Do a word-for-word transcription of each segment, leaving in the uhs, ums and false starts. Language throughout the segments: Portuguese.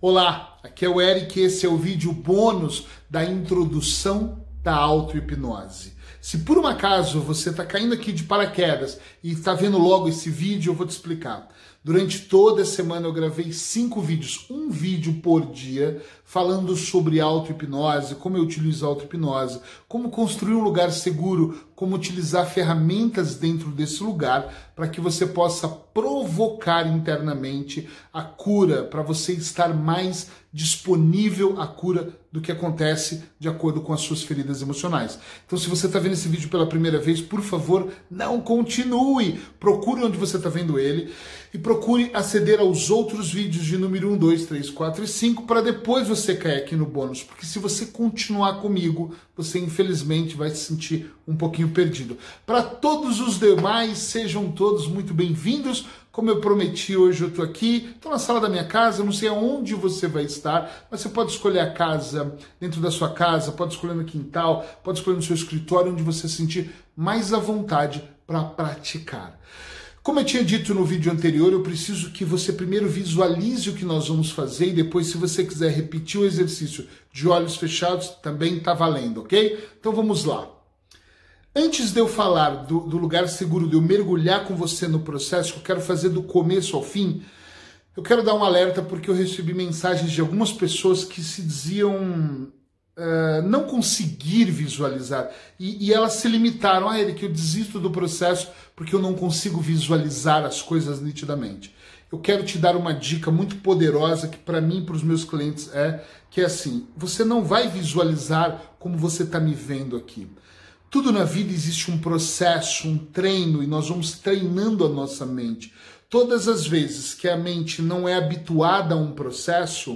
Olá, aqui é o Eric e esse é o vídeo bônus da introdução da auto-hipnose. Se por um acaso você está caindo aqui de paraquedas e está vendo logo esse vídeo, eu vou te explicar. Durante toda a semana eu gravei cinco vídeos, um vídeo por dia, falando sobre auto-hipnose, como eu utilizo a auto-hipnose, como construir um lugar seguro, como utilizar ferramentas dentro desse lugar para que você possa provocar internamente a cura, para você estar mais disponível à cura do que acontece de acordo com as suas feridas emocionais. Então, se você está vendo esse vídeo pela primeira vez, por favor, não continue. Procure onde você está vendo ele e procure aceder aos outros vídeos de número um, dois, três, quatro e cinco para depois você cair aqui no bônus. Porque se você continuar comigo, você infelizmente vai se sentir um pouquinho perdido. Para todos os demais, sejam todos muito bem-vindos. Como eu prometi, hoje eu estou aqui, estou na sala da minha casa, não sei aonde você vai estar, mas você pode escolher a casa dentro da sua casa, pode escolher no quintal, pode escolher no seu escritório, onde você se sentir mais à vontade para praticar. Como eu tinha dito no vídeo anterior, eu preciso que você primeiro visualize o que nós vamos fazer e depois, se você quiser repetir o exercício de olhos fechados, também está valendo, ok? Então vamos lá. Antes de eu falar do, do lugar seguro, de eu mergulhar com você no processo, que eu quero fazer do começo ao fim, eu quero dar um alerta porque eu recebi mensagens de algumas pessoas que se diziam uh, não conseguir visualizar. E, e elas se limitaram a ele, que eu desisto do processo porque eu não consigo visualizar as coisas nitidamente. Eu quero te dar uma dica muito poderosa que para mim e para os meus clientes é, que é assim, você não vai visualizar como você está me vendo aqui. Tudo na vida existe um processo, um treino, e nós vamos treinando a nossa mente. Todas as vezes que a mente não é habituada a um processo,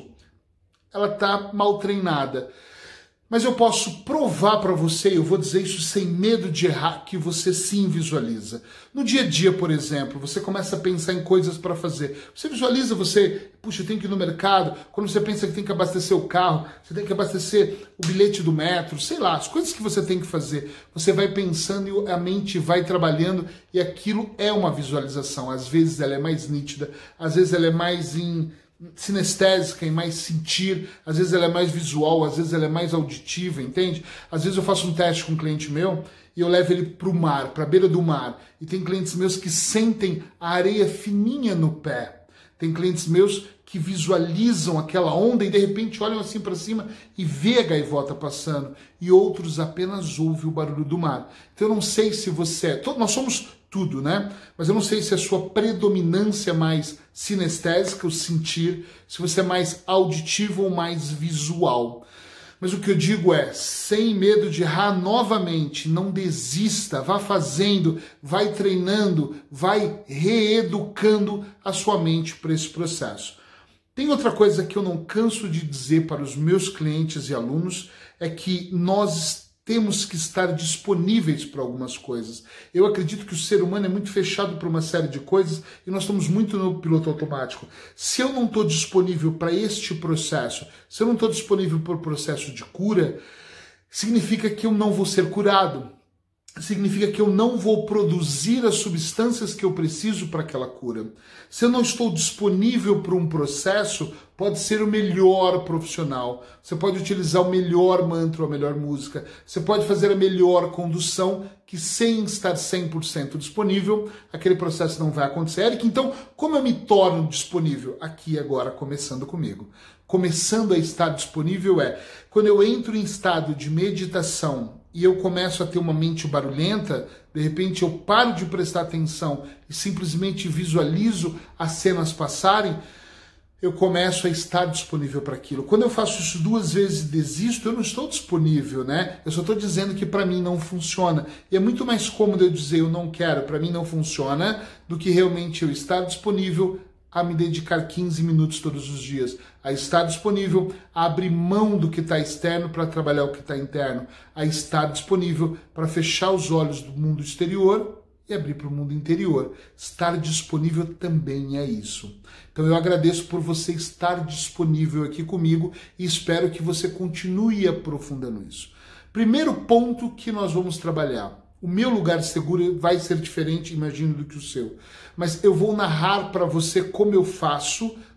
ela está mal treinada. Mas eu posso provar para você, eu vou dizer isso sem medo de errar, que você sim visualiza. No dia a dia, por exemplo, você começa a pensar em coisas para fazer. Você visualiza, você, puxa, tem que ir no mercado. Quando você pensa que tem que abastecer o carro, você tem que abastecer o bilhete do metro, sei lá, as coisas que você tem que fazer. Você vai pensando e a mente vai trabalhando e aquilo é uma visualização. Às vezes ela é mais nítida, às vezes ela é mais em... sinestésica, em mais sentir, às vezes ela é mais visual, às vezes ela é mais auditiva, entende? Às vezes eu faço um teste com um cliente meu e eu levo ele para o mar, para a beira do mar, e tem clientes meus que sentem a areia fininha no pé, tem clientes meus que visualizam aquela onda e de repente olham assim para cima e vê a gaivota passando, e outros apenas ouvem o barulho do mar. Então eu não sei se você é, nós somos tudo, né? Mas eu não sei se a sua predominância é mais sinestésica, o sentir, se você é mais auditivo ou mais visual. Mas o que eu digo é, sem medo de errar novamente, não desista, vá fazendo, vai treinando, vai reeducando a sua mente para esse processo. Tem outra coisa que eu não canso de dizer para os meus clientes e alunos, é que nós temos que estar disponíveis para algumas coisas. Eu acredito que o ser humano é muito fechado para uma série de coisas e nós estamos muito no piloto automático. Se eu não estou disponível para este processo, se eu não estou disponível para o processo de cura, significa que eu não vou ser curado. Significa que eu não vou produzir as substâncias que eu preciso para aquela cura. Se eu não estou disponível para um processo, pode ser o melhor profissional, você pode utilizar o melhor mantra, a melhor música, você pode fazer a melhor condução, que sem estar cem por cento disponível, aquele processo não vai acontecer. Eric, então, como eu me torno disponível? Aqui agora, começando comigo. Começando a estar disponível é, quando eu entro em estado de meditação, e eu começo a ter uma mente barulhenta, de repente eu paro de prestar atenção e simplesmente visualizo as cenas passarem, eu começo a estar disponível para aquilo. Quando eu faço isso duas vezes e desisto, eu não estou disponível, né? Eu só estou dizendo que para mim não funciona. E é muito mais cômodo eu dizer eu não quero, para mim não funciona, do que realmente eu estar disponível a me dedicar quinze minutos todos os dias, a estar disponível, a abrir mão do que está externo para trabalhar o que está interno, a estar disponível para fechar os olhos do mundo exterior e abrir para o mundo interior. Estar disponível também é isso. Então eu agradeço por você estar disponível aqui comigo e espero que você continue aprofundando isso. Primeiro ponto que nós vamos trabalhar. O meu lugar seguro vai ser diferente, imagino, do que o seu. Mas eu vou narrar para você como eu faço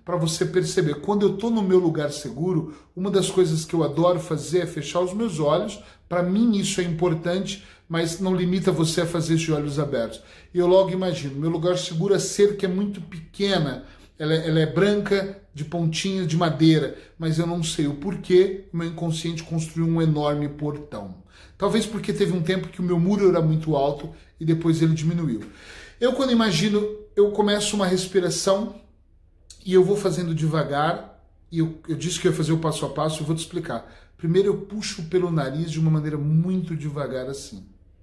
para você perceber. Quando eu estou no meu lugar seguro, uma das coisas que eu adoro fazer é fechar os meus olhos. Para mim isso é importante, mas não limita você a fazer isso de olhos abertos. E eu logo imagino, meu lugar seguro, a cerca é muito pequena, ela é, ela é branca, de pontinhas de madeira, mas eu não sei o porquê o meu inconsciente construiu um enorme portão. Talvez porque teve um tempo que o meu muro era muito alto e depois ele diminuiu. Eu, quando imagino, eu começo uma respiração e eu vou fazendo devagar, e eu, eu disse que eu ia fazer o passo a passo, eu vou te explicar. Primeiro eu puxo pelo nariz de uma maneira muito devagar assim.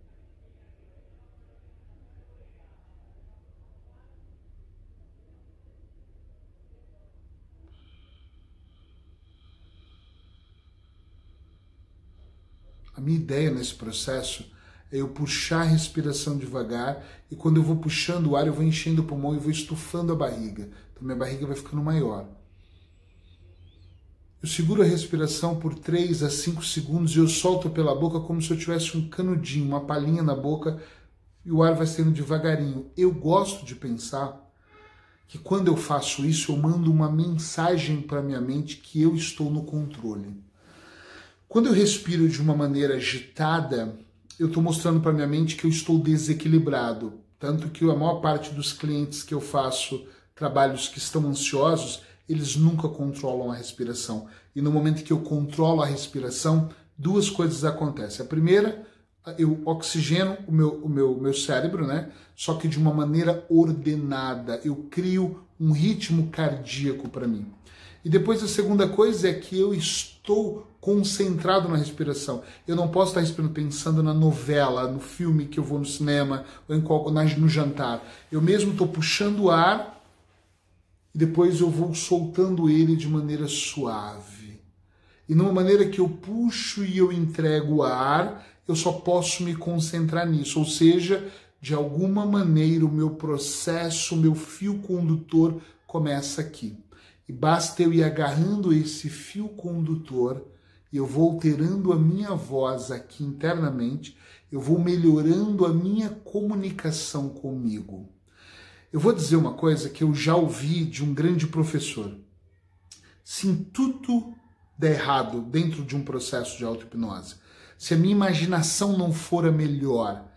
A minha ideia nesse processo é eu puxar a respiração devagar e quando eu vou puxando o ar eu vou enchendo o pulmão e vou estufando a barriga. Então minha barriga vai ficando maior. Eu seguro a respiração por três a cinco segundos e eu solto pela boca como se eu tivesse um canudinho, uma palhinha na boca e o ar vai saindo devagarinho. Eu gosto de pensar que quando eu faço isso eu mando uma mensagem para minha mente que eu estou no controle. Quando eu respiro de uma maneira agitada, eu estou mostrando para minha mente que eu estou desequilibrado. Tanto que a maior parte dos clientes que eu faço trabalhos que estão ansiosos, eles nunca controlam a respiração. E no momento que eu controlo a respiração, duas coisas acontecem. A primeira, eu oxigeno o meu, o meu, meu cérebro, né? Só que de uma maneira ordenada. Eu crio um ritmo cardíaco para mim. E depois a segunda coisa é que eu estou concentrado na respiração. Eu não posso estar respirando pensando na novela, no filme que eu vou no cinema, ou em qual, no jantar. Eu mesmo estou puxando o ar e depois eu vou soltando ele de maneira suave. E numa maneira que eu puxo e eu entrego o ar, eu só posso me concentrar nisso. Ou seja, de alguma maneira o meu processo, o meu fio condutor começa aqui. E basta eu ir agarrando esse fio condutor e eu vou alterando a minha voz aqui internamente, eu vou melhorando a minha comunicação comigo. Eu vou dizer uma coisa que eu já ouvi de um grande professor. Se tudo der errado dentro de um processo de auto-hipnose, se a minha imaginação não for a melhor,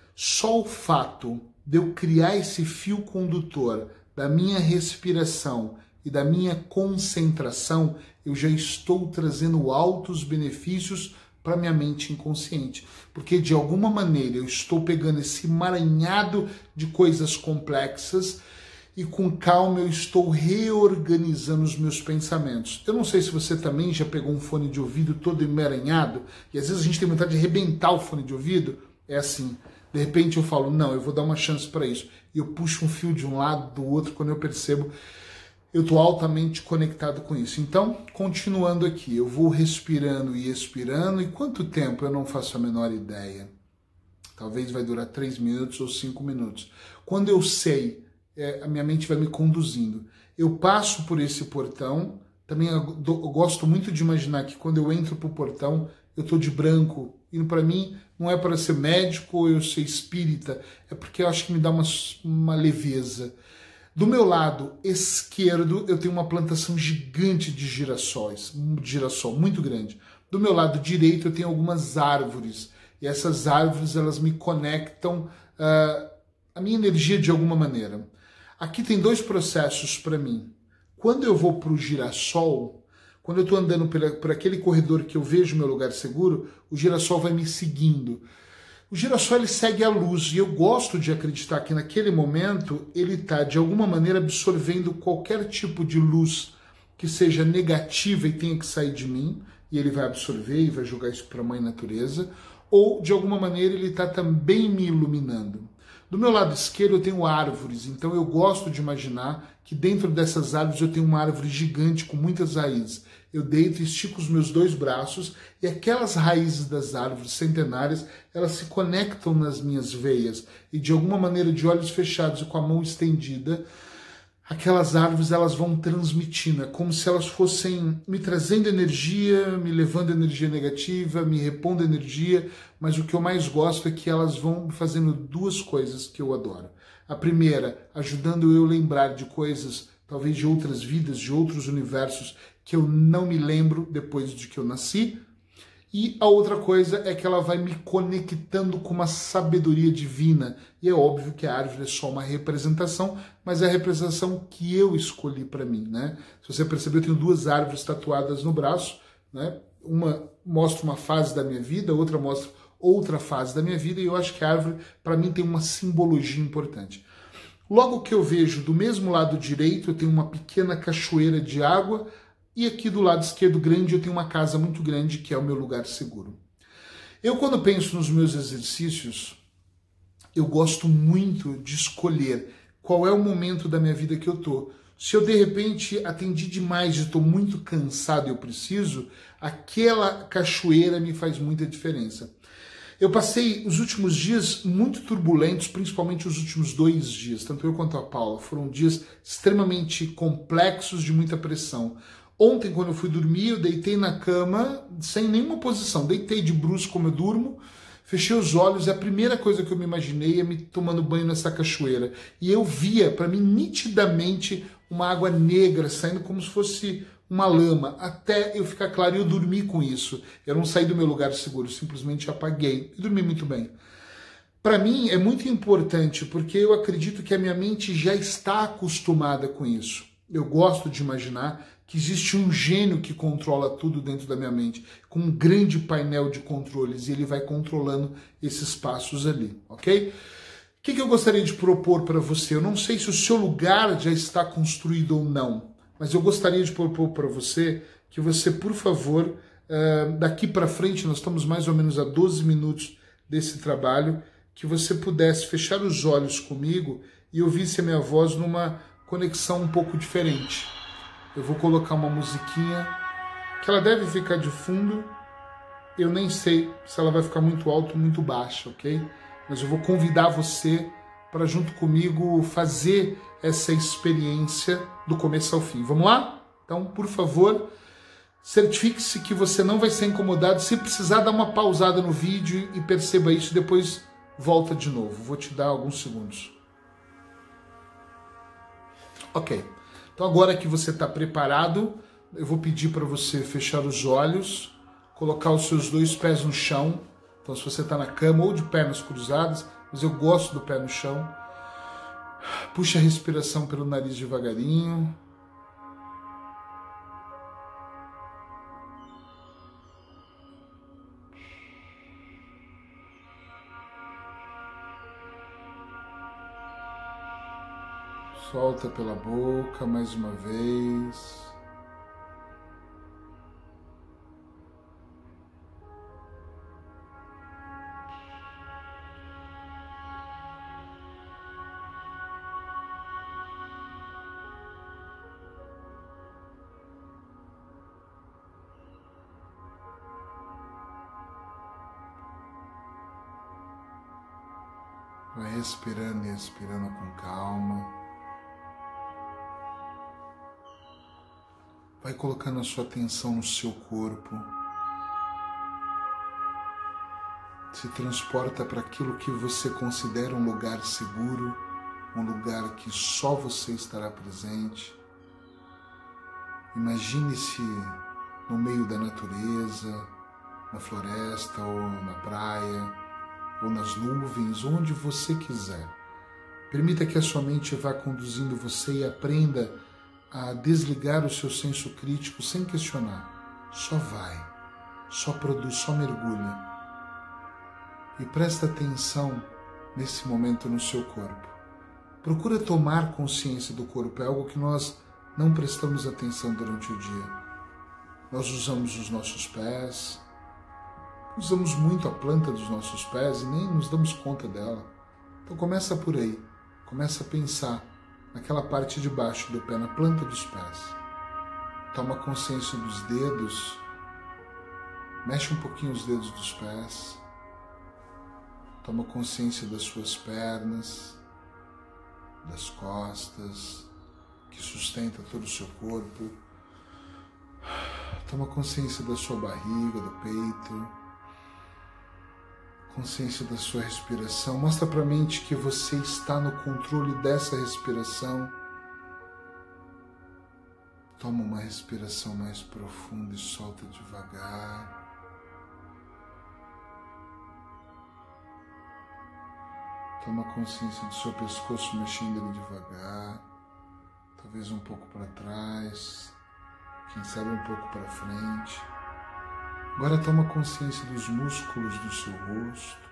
só o fato de eu criar esse fio condutor da minha respiração e da minha concentração, eu já estou trazendo altos benefícios para minha mente inconsciente. Porque de alguma maneira eu estou pegando esse emaranhado de coisas complexas e com calma eu estou reorganizando os meus pensamentos. Eu não sei se você também já pegou um fone de ouvido todo emaranhado e às vezes a gente tem vontade de arrebentar o fone de ouvido. É assim, de repente eu falo, não, eu vou dar uma chance para isso. E eu puxo um fio de um lado, do outro, quando eu percebo eu estou altamente conectado com isso. Então, continuando aqui, eu vou respirando e expirando, e quanto tempo eu não faço a menor ideia. Talvez vai durar três minutos ou cinco minutos. Quando eu sei, é, a minha mente vai me conduzindo. Eu passo por esse portão, também eu, eu gosto muito de imaginar que quando eu entro para o portão, eu estou de branco. E para mim, não é para ser médico ou eu ser espírita, é porque eu acho que me dá uma, uma leveza. Do meu lado esquerdo, eu tenho uma plantação gigante de girassóis, de girassol muito grande. Do meu lado direito, eu tenho algumas árvores. E essas árvores, elas me conectam uh, a minha energia de alguma maneira. Aqui tem dois processos para mim. Quando eu vou para o girassol, quando eu estou andando por, por aquele corredor que eu vejo meu lugar seguro, o girassol vai me seguindo. O girassol ele segue a luz e eu gosto de acreditar que naquele momento ele está de alguma maneira absorvendo qualquer tipo de luz que seja negativa e tenha que sair de mim, e ele vai absorver e vai jogar isso para a mãe natureza, ou de alguma maneira ele está também me iluminando. Do meu lado esquerdo eu tenho árvores, então eu gosto de imaginar que dentro dessas árvores eu tenho uma árvore gigante com muitas raízes. Eu deito e estico os meus dois braços e aquelas raízes das árvores centenárias, elas se conectam nas minhas veias e de alguma maneira, de olhos fechados e com a mão estendida, aquelas árvores elas vão transmitindo, é como se elas fossem me trazendo energia, me levando energia negativa, me repondo energia, mas o que eu mais gosto é que elas vão fazendo duas coisas que eu adoro. A primeira, ajudando eu a lembrar de coisas talvez de outras vidas, de outros universos que eu não me lembro depois de que eu nasci. E a outra coisa é que ela vai me conectando com uma sabedoria divina. E é óbvio que a árvore é só uma representação, mas é a representação que eu escolhi para mim, né? Se você percebeu, eu tenho duas árvores tatuadas no braço, né? Uma mostra uma fase da minha vida, outra mostra outra fase da minha vida, e eu acho que a árvore, para mim, tem uma simbologia importante. Logo que eu vejo do mesmo lado direito, eu tenho uma pequena cachoeira de água, e aqui do lado esquerdo grande eu tenho uma casa muito grande, que é o meu lugar seguro. Eu, quando penso nos meus exercícios, eu gosto muito de escolher qual é o momento da minha vida que eu tô. Se eu, de repente, atendi demais e estou muito cansado e eu preciso, aquela cachoeira me faz muita diferença. Eu passei os últimos dias muito turbulentos, principalmente os últimos dois dias, tanto eu quanto a Paula. Foram dias extremamente complexos, de muita pressão. Ontem, quando eu fui dormir, eu deitei na cama sem nenhuma posição. Deitei de bruços como eu durmo, fechei os olhos e a primeira coisa que eu me imaginei é me tomando banho nessa cachoeira. E eu via, para mim, nitidamente, uma água negra saindo como se fosse uma lama, até eu ficar claro, e eu dormi com isso. Eu não saí do meu lugar seguro, simplesmente apaguei e dormi muito bem. Para mim é muito importante, porque eu acredito que a minha mente já está acostumada com isso. Eu gosto de imaginar que existe um gênio que controla tudo dentro da minha mente, com um grande painel de controles, e ele vai controlando esses passos ali, ok? O que, que eu gostaria de propor para você? Eu não sei se o seu lugar já está construído ou não, mas eu gostaria de propor para você que você, por favor, daqui para frente, nós estamos mais ou menos a doze minutos desse trabalho, que você pudesse fechar os olhos comigo e ouvisse a minha voz numa conexão um pouco diferente. Eu vou colocar uma musiquinha que ela deve ficar de fundo. Eu nem sei se ela vai ficar muito alta ou muito baixa, ok? Mas eu vou convidar você para, junto comigo, fazer essa experiência do começo ao fim. Vamos lá? Então, por favor, certifique-se que você não vai ser incomodado. Se precisar, dá uma pausada no vídeo e perceba isso. Depois volta de novo. Vou te dar alguns segundos. Ok. Então agora que você está preparado, eu vou pedir para você fechar os olhos, colocar os seus dois pés no chão. Então se você está na cama ou de pernas cruzadas, mas eu gosto do pé no chão. Puxa a respiração pelo nariz devagarinho. Solta pela boca mais uma vez. Vai respirando e expirando com calma. Vai colocando a sua atenção no seu corpo. Se transporta para aquilo que você considera um lugar seguro, um lugar que só você estará presente. Imagine-se no meio da natureza, na floresta ou na praia, ou nas nuvens, onde você quiser. Permita que a sua mente vá conduzindo você e aprenda a desligar o seu senso crítico sem questionar. Só vai, só produz, só mergulha. E presta atenção nesse momento no seu corpo. Procura tomar consciência do corpo, é algo que nós não prestamos atenção durante o dia. Nós usamos os nossos pés, usamos muito a planta dos nossos pés e nem nos damos conta dela. Então começa por aí, começa a pensar naquela parte de baixo do pé, na planta dos pés. Toma consciência dos dedos, mexe um pouquinho os dedos dos pés. Toma consciência das suas pernas, das costas, que sustenta todo o seu corpo. Toma consciência da sua barriga, do peito. Consciência da sua respiração. Mostra para a mente que você está no controle dessa respiração. Toma uma respiração mais profunda e solta devagar. Toma consciência do seu pescoço mexendo ele devagar, talvez um pouco para trás, quem sabe um pouco para frente. Agora toma consciência dos músculos do seu rosto.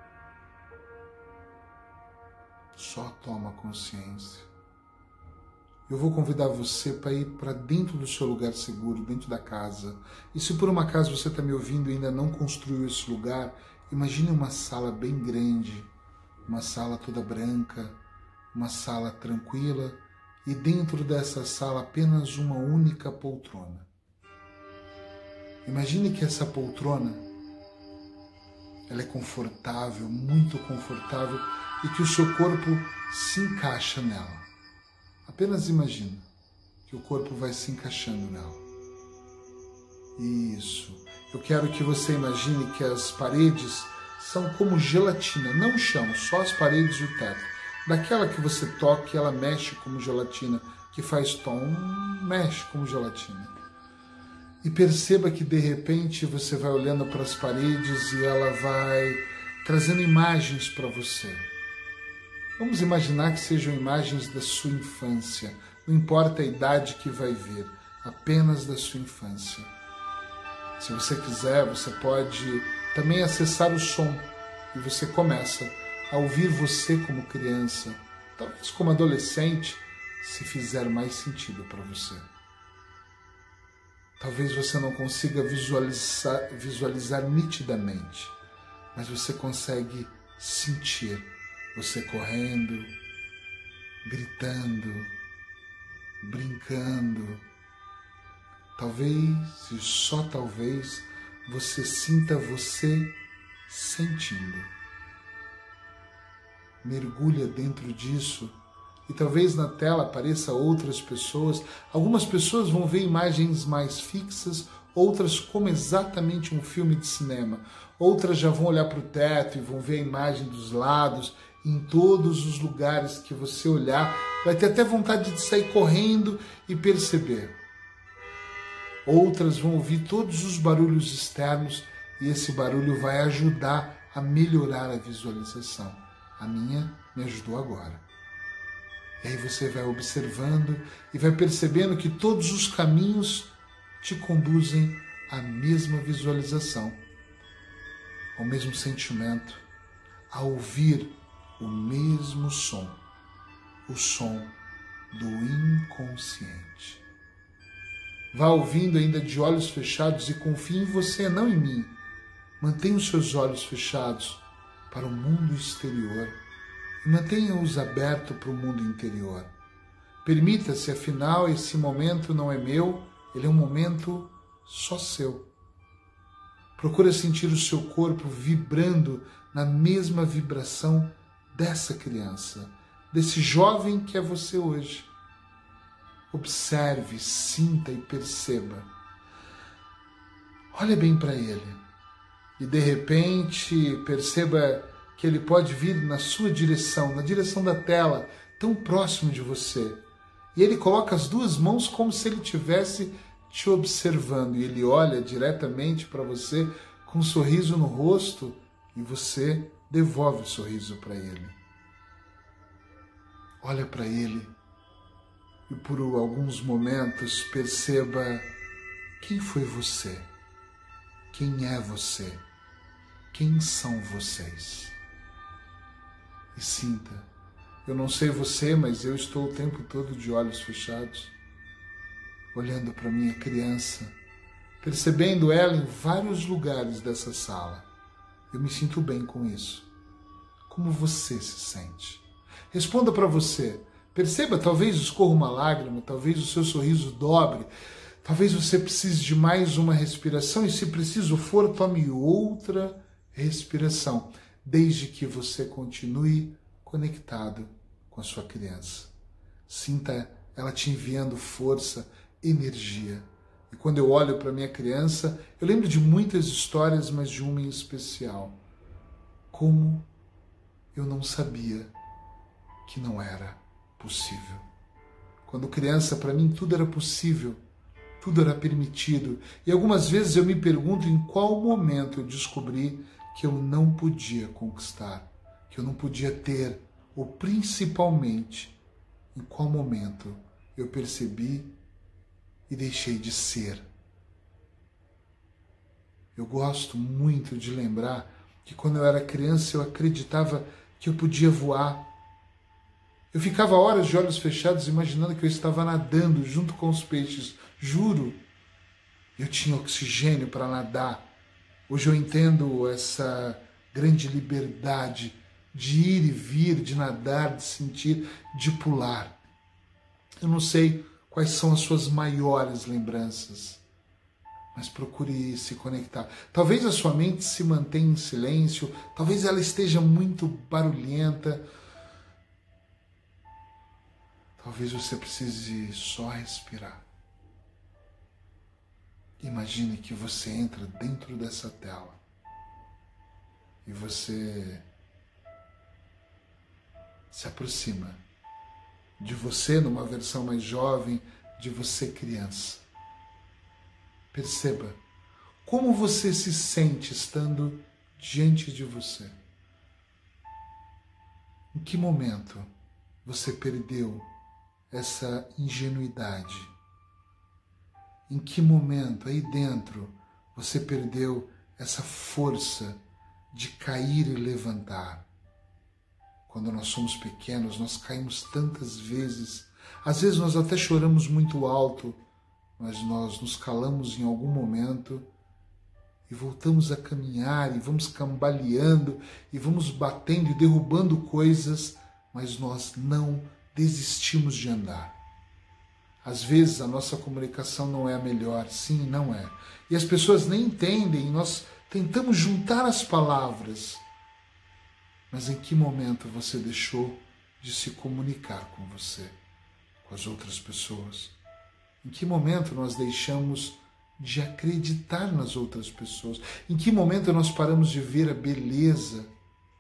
Só toma consciência. Eu vou convidar você para ir para dentro do seu lugar seguro, dentro da casa. E se por uma acaso você está me ouvindo e ainda não construiu esse lugar, imagine uma sala bem grande, uma sala toda branca, uma sala tranquila, e dentro dessa sala apenas uma única poltrona. Imagine que essa poltrona, ela é confortável, muito confortável, e que o seu corpo se encaixa nela. Apenas imagina que o corpo vai se encaixando nela. Isso. Eu quero que você imagine que as paredes são como gelatina, não o chão, só as paredes e o teto. Daquela que você toca e ela mexe como gelatina, que faz tom, mexe como gelatina. E perceba que de repente você vai olhando para as paredes e ela vai trazendo imagens para você. Vamos imaginar que sejam imagens da sua infância, não importa a idade que vai vir, apenas da sua infância. Se você quiser, você pode também acessar o som e você começa a ouvir você como criança, talvez como adolescente, se fizer mais sentido para você. Talvez você não consiga visualizar, visualizar nitidamente, mas você consegue sentir você correndo, gritando, brincando. Talvez, e só talvez, você sinta você sentindo. Mergulha dentro disso e talvez na tela apareça outras pessoas. Algumas pessoas vão ver imagens mais fixas, outras como exatamente um filme de cinema. Outras já vão olhar para o teto e vão ver a imagem dos lados. Em todos os lugares que você olhar, vai ter até vontade de sair correndo e perceber. Outras vão ouvir todos os barulhos externos e esse barulho vai ajudar a melhorar a visualização. A minha me ajudou agora. E aí você vai observando e vai percebendo que todos os caminhos te conduzem à mesma visualização, ao mesmo sentimento, a ouvir o mesmo som, o som do inconsciente. Vá ouvindo ainda de olhos fechados e confie em você, não em mim. Mantenha os seus olhos fechados para o mundo exterior e mantenha-os abertos para o mundo interior. Permita-se, afinal, esse momento não é meu, ele é um momento só seu. Procura sentir o seu corpo vibrando na mesma vibração dessa criança, desse jovem que é você hoje. Observe, sinta e perceba. Olha bem para ele e de repente perceba que ele pode vir na sua direção, na direção da tela, tão próximo de você. E ele coloca as duas mãos como se ele estivesse te observando e ele olha diretamente para você com um sorriso no rosto e você devolve o sorriso para ele. Olha para ele e por alguns momentos perceba quem foi você, quem é você, quem são vocês. E sinta, eu não sei você, mas eu estou o tempo todo de olhos fechados, olhando para minha criança, percebendo ela em vários lugares dessa sala. Eu me sinto bem com isso. Como você se sente? Responda para você. Perceba, talvez escorra uma lágrima, talvez o seu sorriso dobre, talvez você precise de mais uma respiração e, se preciso for, tome outra respiração, desde que você continue conectado com a sua criança. Sinta ela te enviando força, energia. E quando eu olho para minha criança, eu lembro de muitas histórias, mas de uma em especial. Como eu não sabia que não era possível. Quando criança, para mim, tudo era possível, tudo era permitido. E algumas vezes eu me pergunto em qual momento eu descobri que eu não podia conquistar, que eu não podia ter, ou principalmente, em qual momento eu percebi e deixei de ser. Eu gosto muito de lembrar que quando eu era criança eu acreditava que eu podia voar. Eu ficava horas de olhos fechados imaginando que eu estava nadando junto com os peixes. Juro, eu tinha oxigênio para nadar. Hoje eu entendo essa grande liberdade de ir e vir, de nadar, de sentir, de pular. Eu não sei quais são as suas maiores lembranças, mas procure se conectar. Talvez a sua mente se mantenha em silêncio, talvez ela esteja muito barulhenta, talvez você precise só respirar. Imagine que você entra dentro dessa tela e você se aproxima de você numa versão mais jovem, de você criança. Perceba como você se sente estando diante de você. Em que momento você perdeu essa ingenuidade? Em que momento aí dentro você perdeu essa força de cair e levantar? Quando nós somos pequenos, nós caímos tantas vezes. Às vezes nós até choramos muito alto, mas nós nos calamos em algum momento e voltamos a caminhar e vamos cambaleando e vamos batendo e derrubando coisas, mas nós não desistimos de andar. Às vezes a nossa comunicação não é a melhor, sim, não é. E as pessoas nem entendem, nós tentamos juntar as palavras. Mas em que momento você deixou de se comunicar com você, com as outras pessoas? Em que momento nós deixamos de acreditar nas outras pessoas? Em que momento nós paramos de ver a beleza?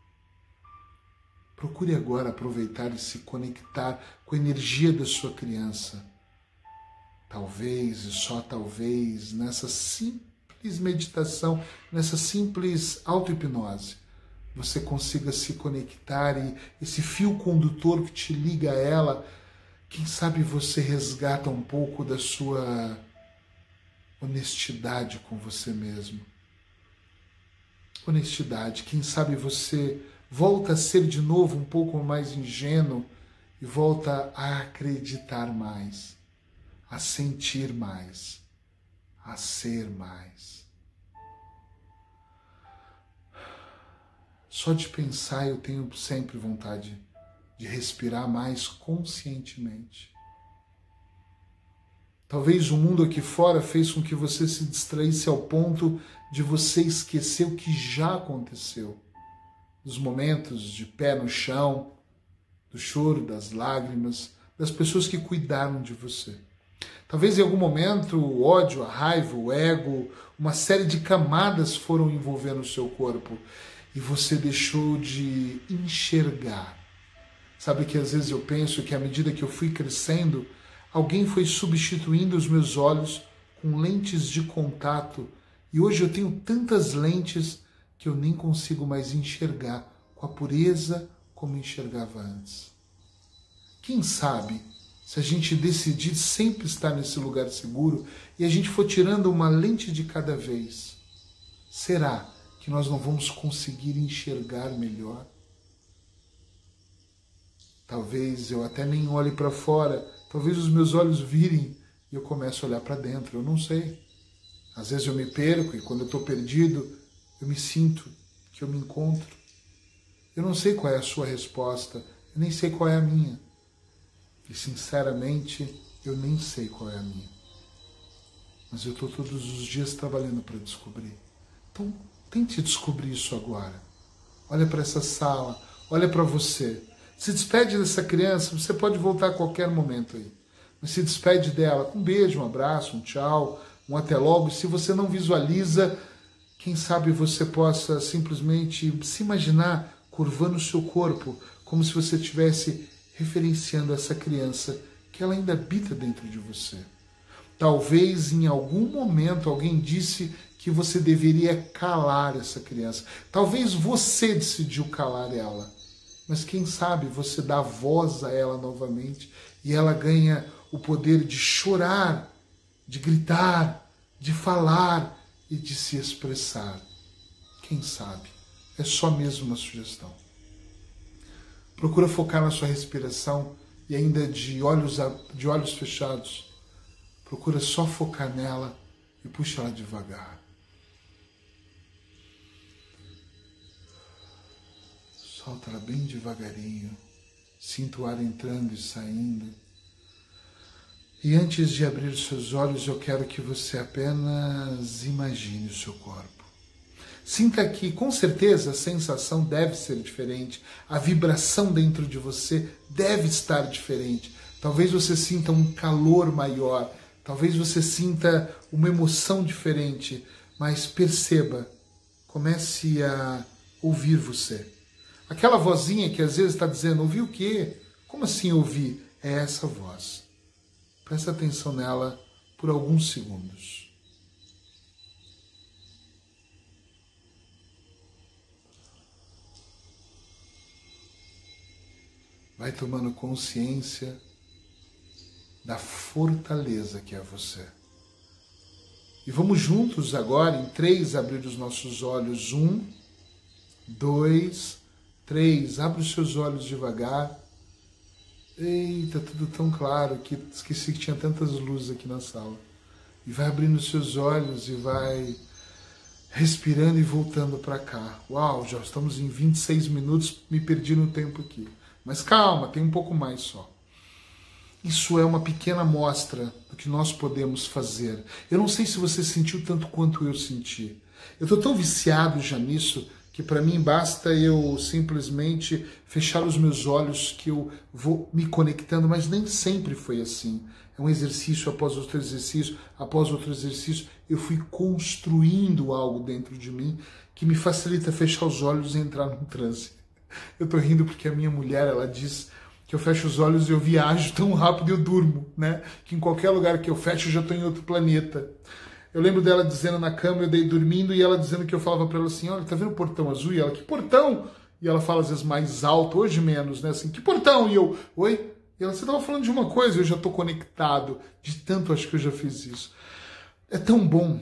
Procure agora aproveitar e se conectar com a energia da sua criança. Talvez, e só talvez, nessa simples meditação, nessa simples auto-hipnose, você consiga se conectar e esse fio condutor que te liga a ela, quem sabe você resgata um pouco da sua honestidade com você mesmo. Honestidade, quem sabe você volta a ser de novo um pouco mais ingênuo e volta a acreditar mais, a sentir mais, a ser mais. Só de pensar eu tenho sempre vontade de respirar mais conscientemente. Talvez o mundo aqui fora fez com que você se distraísse ao ponto de você esquecer o que já aconteceu. Dos momentos de pé no chão, do choro, das lágrimas, das pessoas que cuidaram de você. Talvez em algum momento o ódio, a raiva, o ego, uma série de camadas foram envolvendo o seu corpo e você deixou de enxergar. Sabe que às vezes eu penso que à medida que eu fui crescendo, alguém foi substituindo os meus olhos com lentes de contato e hoje eu tenho tantas lentes que eu nem consigo mais enxergar com a pureza como enxergava antes. Quem sabe, se a gente decidir sempre estar nesse lugar seguro e a gente for tirando uma lente de cada vez, será que nós não vamos conseguir enxergar melhor? Talvez eu até nem olhe para fora, talvez os meus olhos virem e eu começo a olhar para dentro, eu não sei. Às vezes eu me perco e quando eu estou perdido, eu me sinto que eu me encontro. Eu não sei qual é a sua resposta, eu nem sei qual é a minha. E sinceramente, eu nem sei qual é a minha. Mas eu estou todos os dias trabalhando para descobrir. Então, tente descobrir isso agora. Olha para essa sala, olha para você. Se despede dessa criança, você pode voltar a qualquer momento aí. Mas se despede dela com um beijo, um abraço, um tchau, um até logo. E se você não visualiza, quem sabe você possa simplesmente se imaginar curvando o seu corpo, como se você estivesse referenciando essa criança porque ela ainda habita dentro de você. Talvez em algum momento alguém disse que você deveria calar essa criança. Talvez você decidiu calar ela. Mas quem sabe você dá voz a ela novamente e ela ganha o poder de chorar, de gritar, de falar e de se expressar. Quem sabe? É só mesmo uma sugestão. Procura focar na sua respiração e ainda de olhos, de olhos fechados. Procura só focar nela e puxa ela devagar. Solta ela bem devagarinho. Sinta o ar entrando e saindo. E antes de abrir os seus olhos, eu quero que você apenas imagine o seu corpo. Sinta que, com certeza, a sensação deve ser diferente. A vibração dentro de você deve estar diferente. Talvez você sinta um calor maior. Talvez você sinta uma emoção diferente. Mas perceba, comece a ouvir você. Aquela vozinha que às vezes está dizendo, ouvi o quê? Como assim ouvir? É essa voz. Presta atenção nela por alguns segundos. Vai tomando consciência da fortaleza que é você. E vamos juntos agora, em três, abrir os nossos olhos. Um, dois, três. Abre os seus olhos devagar. Eita, tudo tão claro que esqueci que tinha tantas luzes aqui na sala. E vai abrindo os seus olhos e vai respirando e voltando para cá. Uau, já estamos em vinte e seis minutos, me perdi no tempo aqui. Mas calma, tem um pouco mais só. Isso é uma pequena amostra do que nós podemos fazer. Eu não sei se você sentiu tanto quanto eu senti. Eu estou tão viciado já nisso que para mim basta eu simplesmente fechar os meus olhos que eu vou me conectando, mas nem sempre foi assim. É um exercício após outro exercício, após outro exercício, eu fui construindo algo dentro de mim que me facilita fechar os olhos e entrar num transe. Eu tô rindo porque a minha mulher, ela diz que eu fecho os olhos e eu viajo tão rápido e eu durmo, né? Que em qualquer lugar que eu fecho eu já tô em outro planeta. Eu lembro dela dizendo na cama, eu dei dormindo, e ela dizendo que eu falava para ela assim, olha, tá vendo o portão azul? E ela, que portão? E ela fala às vezes mais alto, hoje menos, né? Assim, que portão? E eu, oi? E ela, você tava falando de uma coisa, eu já tô conectado, de tanto acho que eu já fiz isso. É tão bom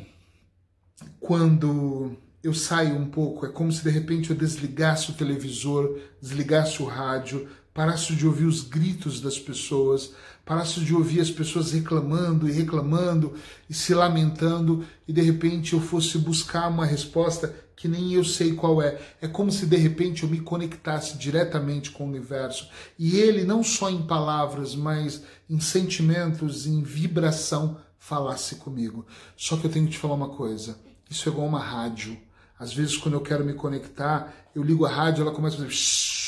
quando eu saio um pouco, é como se de repente eu desligasse o televisor, desligasse o rádio, parasse de ouvir os gritos das pessoas, parasse de ouvir as pessoas reclamando e reclamando e se lamentando, e de repente eu fosse buscar uma resposta que nem eu sei qual é. É como se de repente eu me conectasse diretamente com o universo, e ele não só em palavras, mas em sentimentos, em vibração, falasse comigo. Só que eu tenho que te falar uma coisa, isso é igual uma rádio. Às vezes quando eu quero me conectar, eu ligo a rádio, ela começa a fazer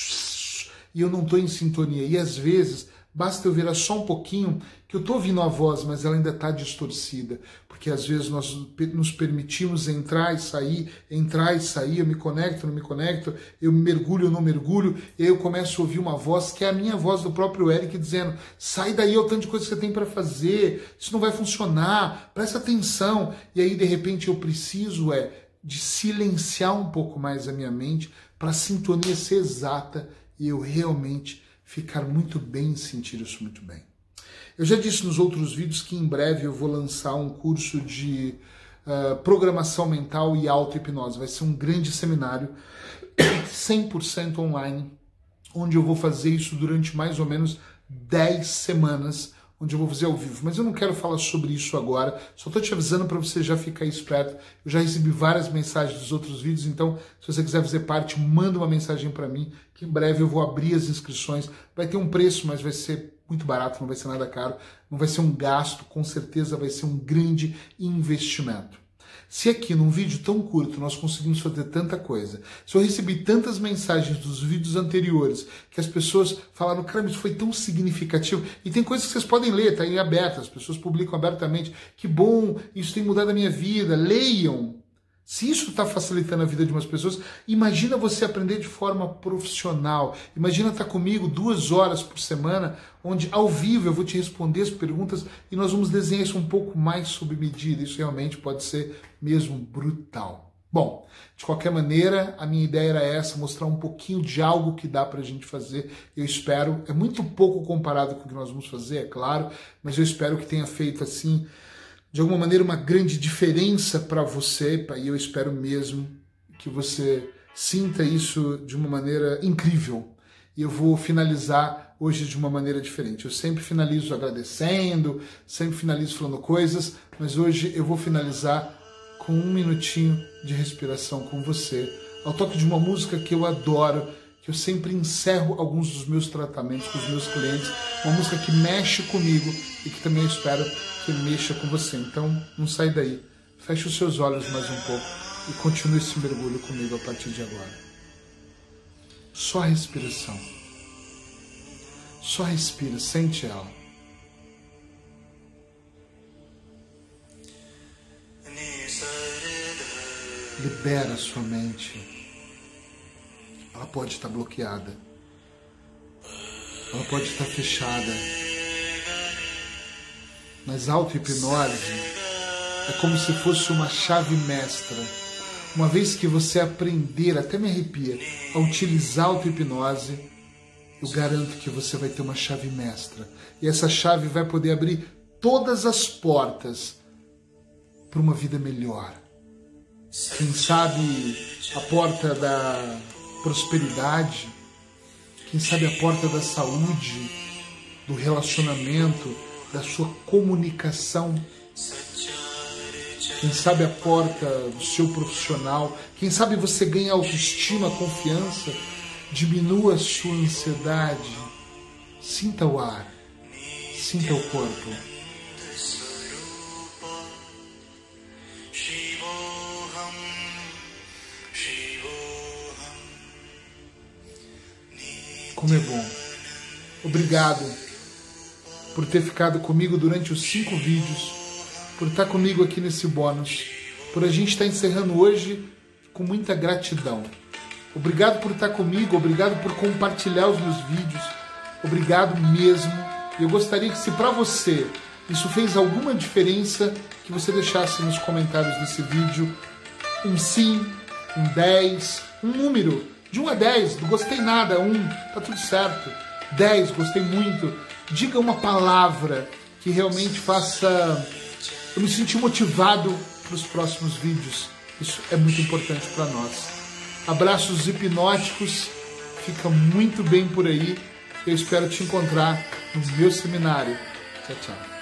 e eu não estou em sintonia. E às vezes, basta eu virar só um pouquinho, que eu estou ouvindo a voz, mas ela ainda está distorcida. Porque às vezes nós nos permitimos entrar e sair, entrar e sair, eu me conecto, não me conecto, eu mergulho ou não mergulho, e aí eu começo a ouvir uma voz, que é a minha voz do próprio Eric, dizendo, sai daí, é o tanto de coisa que você tem para fazer, isso não vai funcionar, presta atenção. E aí de repente eu preciso é de silenciar um pouco mais a minha mente, para a sintonia ser exata, e eu realmente ficar muito bem, sentir isso muito bem. Eu já disse nos outros vídeos que em breve eu vou lançar um curso de uh, programação mental e auto-hipnose. Vai ser um grande seminário, cem por cento online, onde eu vou fazer isso durante mais ou menos dez semanas, onde eu vou fazer ao vivo. Mas eu não quero falar sobre isso agora, só estou te avisando para você já ficar esperto. Eu já recebi várias mensagens dos outros vídeos, então se você quiser fazer parte, manda uma mensagem para mim, que em breve eu vou abrir as inscrições. Vai ter um preço, mas vai ser muito barato, não vai ser nada caro, não vai ser um gasto, com certeza vai ser um grande investimento. Se aqui num vídeo tão curto nós conseguimos fazer tanta coisa, se eu recebi tantas mensagens dos vídeos anteriores que as pessoas falaram, cara, isso foi tão significativo, e tem coisas que vocês podem ler, tá aí aberto, as pessoas publicam abertamente, que bom, isso tem mudado a minha vida, leiam. Se isso está facilitando a vida de umas pessoas, imagina você aprender de forma profissional. Imagina estar comigo duas horas por semana, onde ao vivo eu vou te responder as perguntas e nós vamos desenhar isso um pouco mais sob medida. Isso realmente pode ser mesmo brutal. Bom, de qualquer maneira, a minha ideia era essa, mostrar um pouquinho de algo que dá pra gente fazer. Eu espero, é muito pouco comparado com o que nós vamos fazer, é claro, mas eu espero que tenha feito assim, de alguma maneira, uma grande diferença para você, e eu espero mesmo que você sinta isso de uma maneira incrível. E eu vou finalizar hoje de uma maneira diferente. Eu sempre finalizo agradecendo, sempre finalizo falando coisas, mas hoje eu vou finalizar com um minutinho de respiração com você, ao toque de uma música que eu adoro, que eu sempre encerro alguns dos meus tratamentos com os meus clientes, uma música que mexe comigo e que também eu espero que mexa com você. Então, não sai daí. Feche os seus olhos mais um pouco e continue esse mergulho comigo a partir de agora. Só respiração. Só respira, sente ela. Libera a sua mente. Ela pode estar bloqueada. Ela pode estar fechada. Mas a auto-hipnose é como se fosse uma chave mestra. Uma vez que você aprender, até me arrepia, a utilizar a auto-hipnose, eu garanto que você vai ter uma chave mestra. E essa chave vai poder abrir todas as portas para uma vida melhor. Quem sabe a porta da prosperidade, quem sabe a porta da saúde, do relacionamento, da sua comunicação, quem sabe a porta do seu profissional, quem sabe você ganha autoestima, confiança, diminua a sua ansiedade, sinta o ar, sinta o corpo. Como é bom. Obrigado por ter ficado comigo durante os cinco vídeos, por estar comigo aqui nesse bônus, por a gente estar encerrando hoje com muita gratidão. Obrigado por estar comigo, obrigado por compartilhar os meus vídeos, obrigado mesmo. E eu gostaria que, se para você isso fez alguma diferença, que você deixasse nos comentários desse vídeo um sim, um dez, um número. De um a dez, não gostei nada, um, tá tudo certo. dez, gostei muito. Diga uma palavra que realmente faça eu me sentir motivado para os próximos vídeos. Isso é muito importante para nós. Abraços hipnóticos, fica muito bem por aí. Eu espero te encontrar no meu seminário. Tchau, tchau.